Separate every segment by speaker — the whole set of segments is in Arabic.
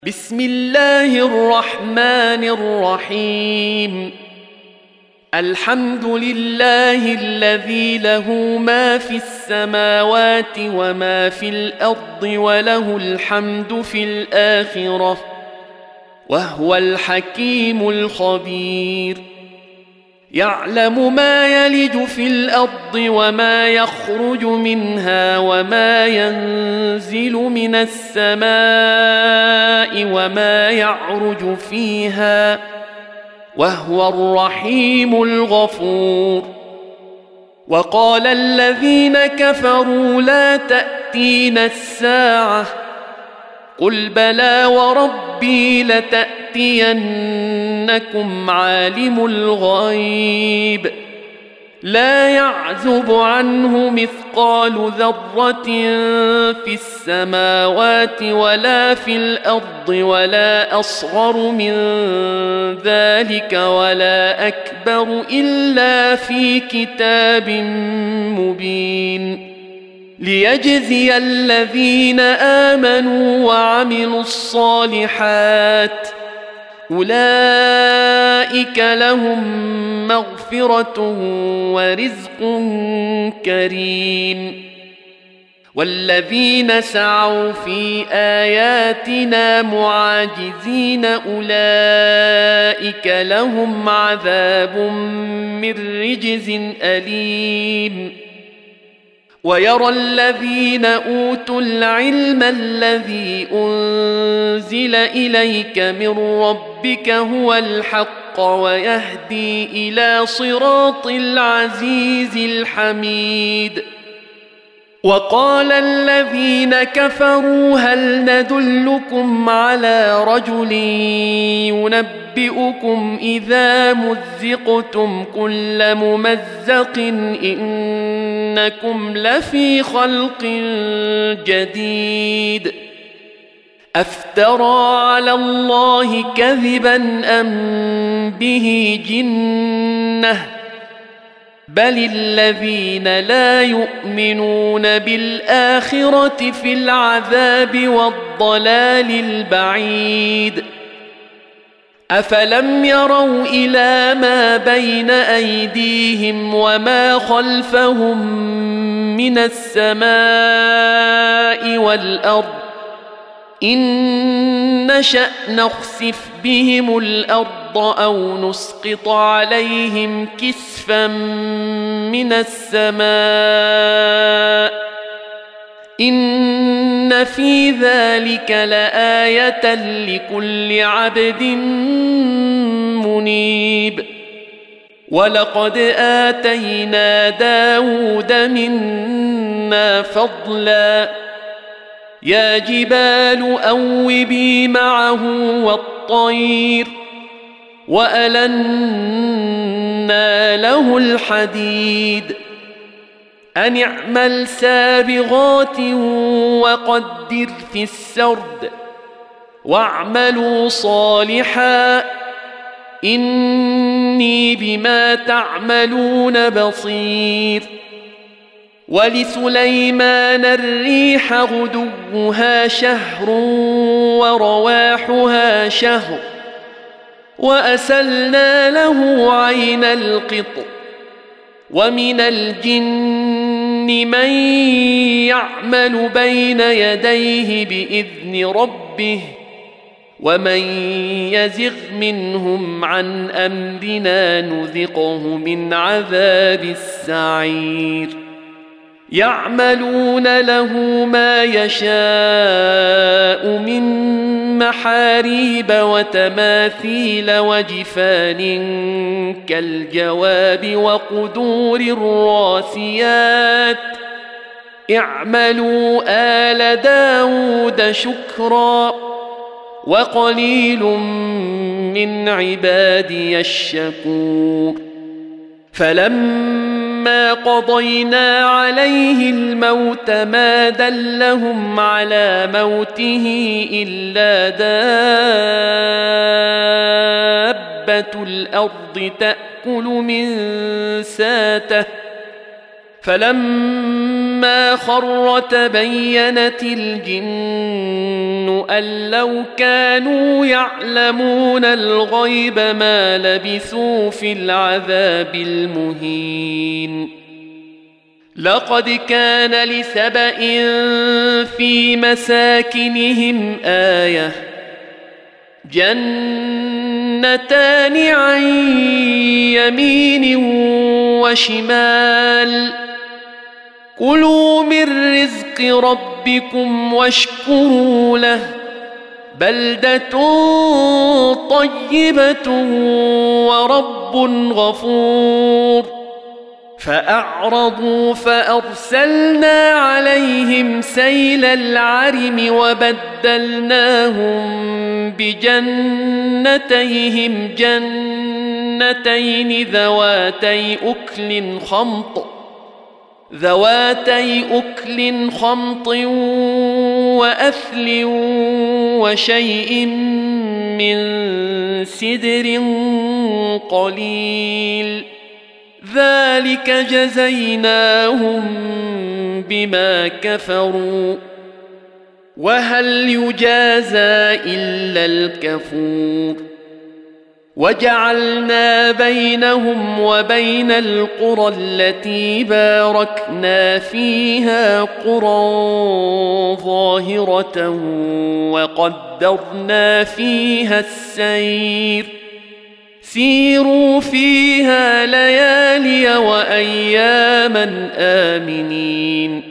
Speaker 1: بسم الله الرحمن الرحيم. الحمد لله الذي له ما في السماوات وما في الأرض وله الحمد في الآخرة وهو الحكيم الخبير. يعلم ما يلج في الأرض وما يخرج منها وما ينزل من السماء وما يعرج فيها وهو الرحيم الغفور. وقال الذين كفروا لا تأتينا الساعة قل بلى وربي لتأتينكم عالم الغيب لا يعزب عنه مثقال ذرة في السماوات ولا في الأرض ولا أصغر من ذلك ولا أكبر إلا في كتاب مبين ليجزي الذين آمنوا وعملوا الصالحات أولئك لهم مغفرة ورزق كريم. والذين سعوا في آياتنا معاجزين أولئك لهم عذاب من رجز أليم. ويرى الذين أوتوا العلم الذي أنزل إليك من ربك هو الحق ويهدي إلى صراط العزيز الحميد. وقال الذين كفروا هل ندلكم على رجل ينبئكم إذا مزقتم كل ممزق إنكم لفي خلق جديد أفترى على الله كذبا أم به جنة بل الذين لا يؤمنون بالآخرة في العذاب والضلال البعيد. أفلم يروا إلى ما بين أيديهم وما خلفهم من السماء والأرض إن نشأ نخسف بهم الأرض أو نسقط عليهم كسفا من السماء إن في ذلك لآية لكل عبد منيب. ولقد آتينا داود منا فضلا يا جبال أوبي معه والطير وألنا له الحديد أن اعمل سابغات وقدر في السرد واعملوا صالحا إني بما تعملون بصير. ولسليمان الريح غدوها شهر ورواحها شهر وأسلنا له عين القطر ومن الجن من يعمل بين يديه بإذن ربه ومن يزغ منهم عن أمرنا نذقه من عذاب السعير. يعملون له ما يشاء من محاريب وتماثيل وجفان كالجواب وقدور الراسيات اعملوا آل داود شكرا وقليل من عبادي الشكور. فلما قضينا عليه الموت ما دلهم على موته إلا دابة الأرض تأكل من ساته فلما خر تبينت الجن أن لو كانوا يعلمون الغيب ما لبثوا في العذاب المهين. لقد كان لسبإ في مساكنهم آية جنتان عن يمين وشمال كلوا من رزق ربكم واشكروا له بلدة طيبة ورب غفور. فأعرضوا فأرسلنا عليهم سيل العرم وبدلناهم بجنتيهم جنتين ذواتي أكل خمط وأثل وشيء من سدر قليل ذلك جزيناهم بما كفروا وهل يجازى إلا الكفور. وجعلنا بينهم وبين القرى التي باركنا فيها قرى ظاهرة وقدرنا فيها السير سيروا فيها ليالي وأياما آمنين.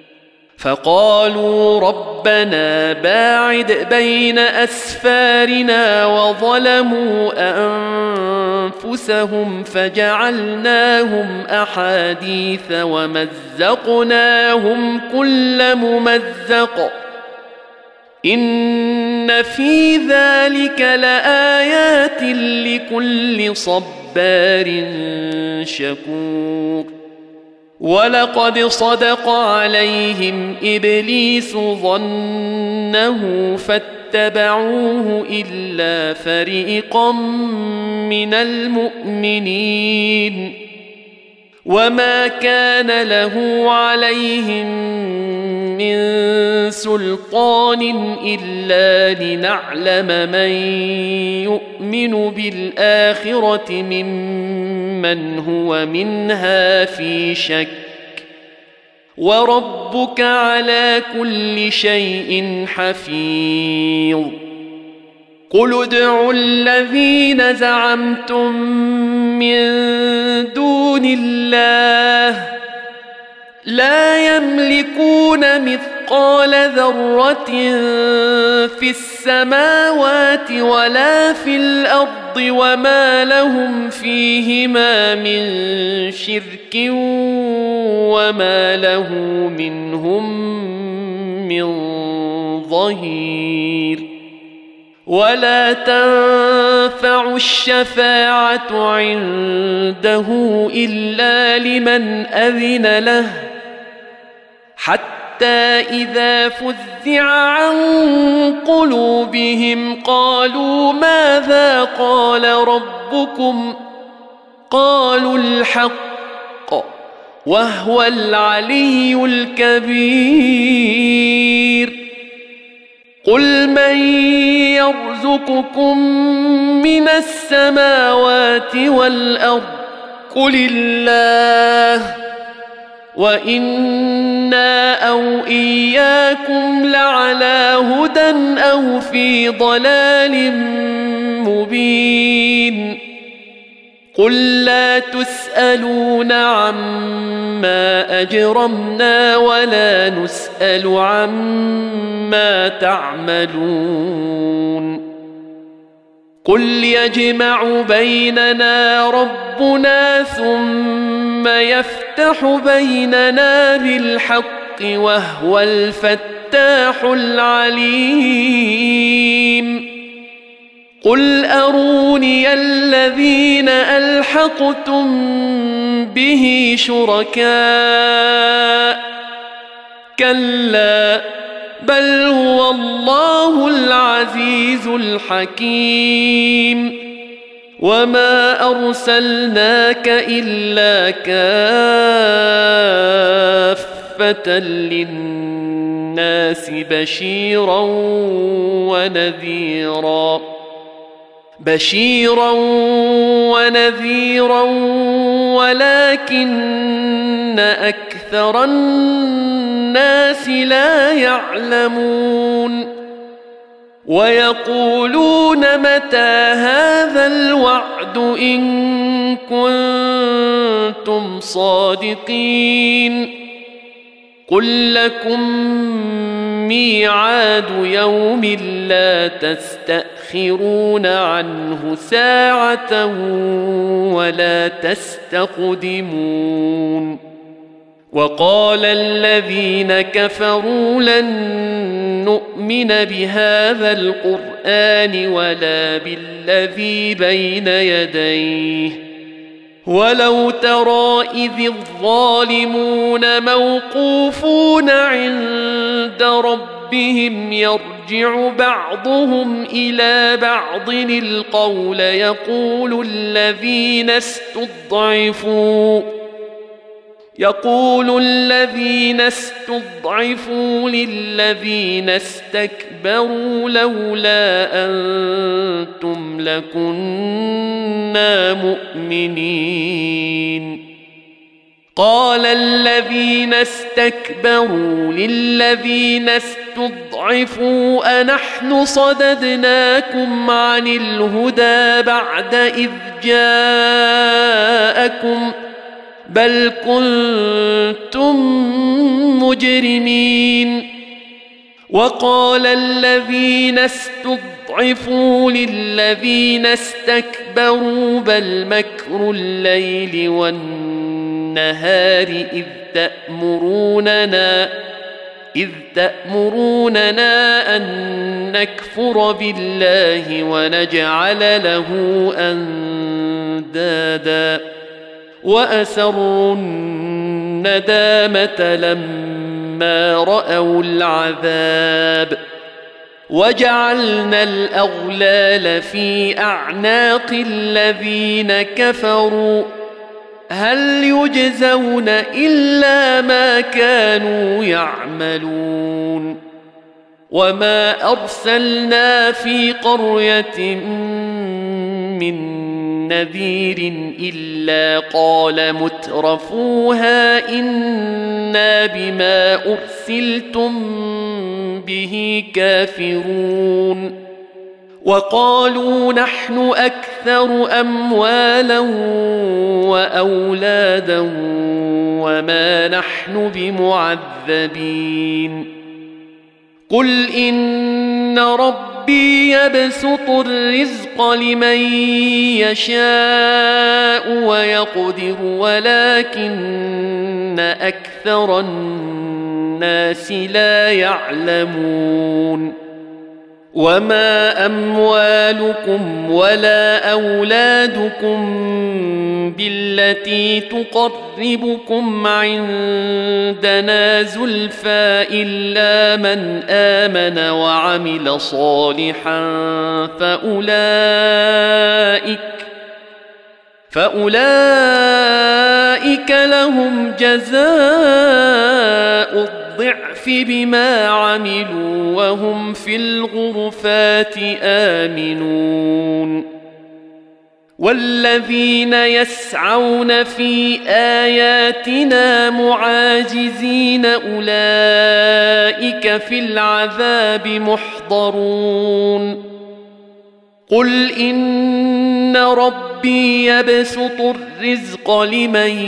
Speaker 1: فقالوا ربنا باعد بين أسفارنا وظلموا أنفسهم فجعلناهم أحاديث ومزقناهم كل ممزق إن في ذلك لآيات لكل صبار شكور. ولقد صدق عليهم إبليس ظنه فاتبعوه إلا فريقا من المؤمنين وما كان له عليهم من سلطان إلا لنعلم من يؤمن بالآخرة ممن هو منها في شك وربك على كل شيء حفيظ. قل ادعوا الذين زعمتم من دون الله لا يملكون مثقال ذرة في السماوات ولا في الأرض وما لهم فيهما من شرك وما له منهم من ظهير. ولا تنفع الشفاعة عنده إلا لمن أذن له حتى إذا فزع عن قلوبهم قالوا ماذا قال ربكم قالوا الحق وهو العلي الكبير. قل من يرزقكم من السماوات والأرض قل الله وإنا أو إياكم لعلى هدى أو في ضلال مبين. قل لا تسألون عما أجرمنا ولا نسأل عما تعملون. قل يجمع بيننا ربنا ثم يفتح بيننا بالحق وهو الفتاح العليم. قل أروني الذين ألحقتم به شركاء كلا بل هو الله العزيز الحكيم. وما أرسلناك إلا كافة للناس بشيرا ونذيرا ولكن أكثر الناس لا يعلمون ويقولون متى هذا الوعد إن كنتم صادقين قل لكم ميعاد يوم لا تستأخرون عنه ساعة ولا تستقدمون وقال الذين كفروا لن نؤمن بهذا القرآن ولا بالذي بين يديه ولو ترى إذ الظالمون موقوفون عند ربهم يرجع بعضهم إلى بعض القول يقول الذين استضعفوا للذين استكبروا لولا أنتم لكنا مؤمنين قال الذين استكبروا للذين استضعفوا أنحن صددناكم عن الهدى بعد إذ جاءكم بل كنتم مجرمين وقال الذين استضعفوا للذين استكبروا بل مكر الليل والنهار إذ تأمروننا أن نكفر بالله ونجعل له أندادا وأسروا الندامة لما رأوا العذاب وجعلنا الأغلال في أعناق الذين كفروا هل يجزون إلا ما كانوا يعملون وما أرسلنا في قرية من نذير إلا قال مترفوها إنا بما أرسلتم به كافرون وقالوا نحن أكثر أموالا وأولادا وما نحن بمعذبين قل إن ربي يبسط الرزق لمن يشاء ويقدر ولكن أكثر الناس لا يعلمون وما أموالكم ولا أولادكم بالتي تقربكم عندنا زلفى إلا من آمن وعمل صالحا فأولئك لهم جزاء الضعف بما عملوا وهم في الغرفات آمنون والذين يسعون في آياتنا معاجزين أولئك في العذاب محضرون قل إن ربي يبسط الرزق لمن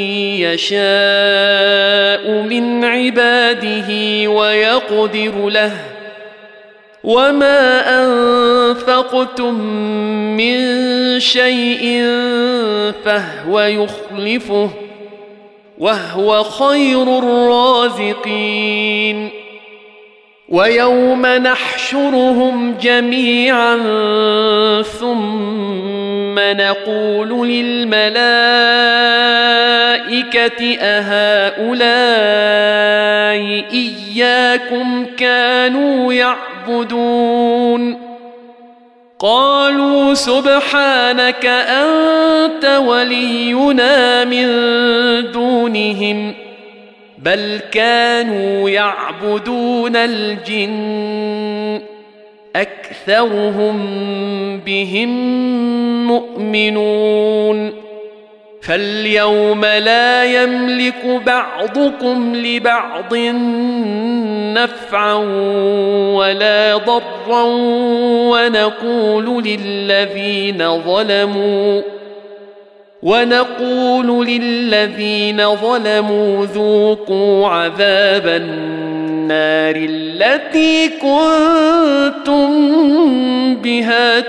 Speaker 1: يشاء من عباده ويقدر له وما أنفقتم من شيء فهو يخلفه وهو خير الرازقين ويوم نحشرهم جميعا ثم نقول للملائكة أهؤلاء إياكم كانوا يعبدون قالوا سبحانك أنت ولينا من دونهم بل كانوا يعبدون الجن أكثرهم بهم مؤمنون فاليوم لا يملك بعضكم لبعض نفعا ولا ضرا ونقول للذين ظلموا ذوقوا عذاب النار التي كنتم بها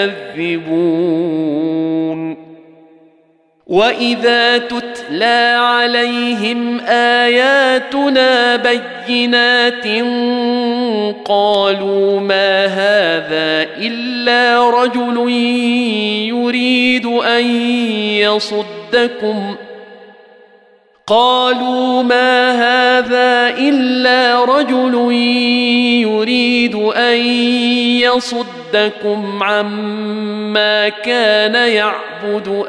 Speaker 1: تكذبون وإذا تتلى عليهم آياتنا بينات قالوا ما هذا إلا رجل يريد أن يصدكم عما كان يعبد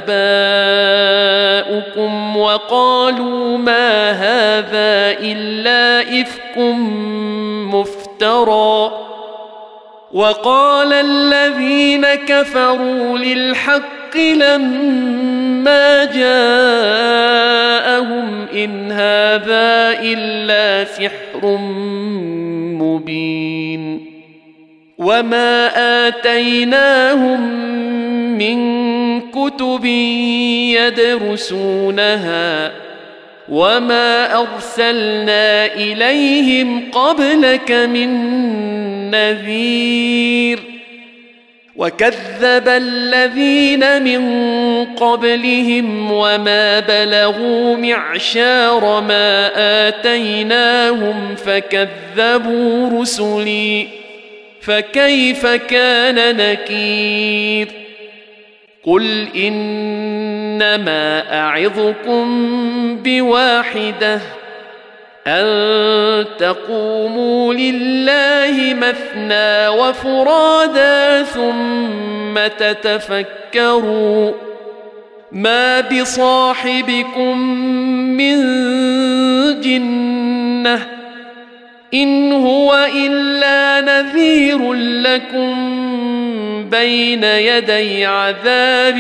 Speaker 1: آباؤكم وقالوا ما هذا إلا إفك مفترى وقال الذين كفروا للحق لما جاءهم إن هذا إلا سحر مبين وما آتيناهم من كتب يدرسونها وما أرسلنا إليهم قبلك من نذير وكذب الذين من قبلهم وما بلغوا معشار ما آتيناهم فكذبوا رسلي فكيف كان نكير قل إنما أعظكم بواحدة أن تقوموا لله مثنى وفرادا ثم تتفكروا ما بصاحبكم من جنة إن هو إلا نذير لكم بين يدي عذاب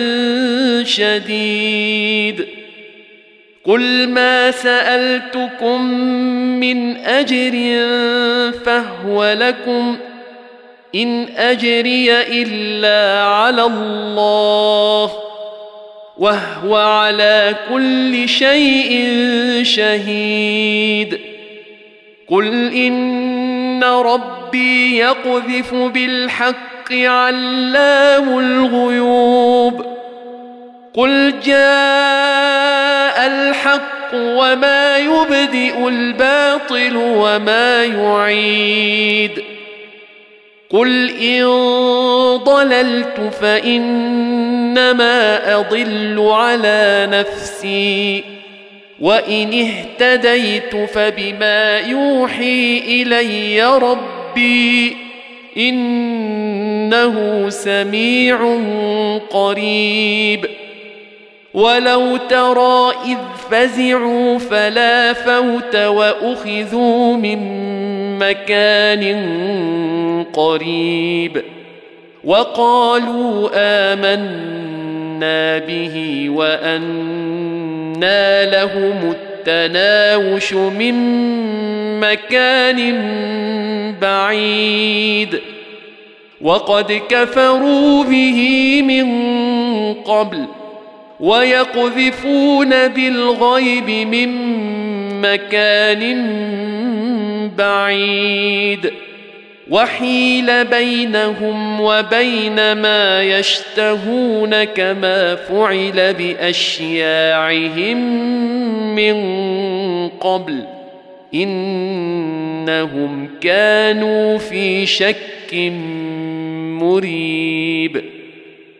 Speaker 1: شديد قل ما سألتكم من أجر فهو لكم إن أجري إلا على الله وهو على كل شيء شهيد قل إن ربي يقذف بالحق علام الغيوب قل جاء الحق وما يبدئ الباطل وما يعيد قل إن ضللت فإنما أضل على نفسي وإن اهتديت فبما يوحي إلي ربي إنه سميع قريب ولو ترى إذ فزعوا فلا فوت وأخذوا من مكان قريب وقالوا آمنا به وأنى لهم التناوش من مكان بعيد وقد كفروا به من قبل ويقذفون بالغيب من مكان بعيد وحيل بينهم وبين ما يشتهون كما فعل بأشياعهم من قبل إنهم كانوا في شك مريب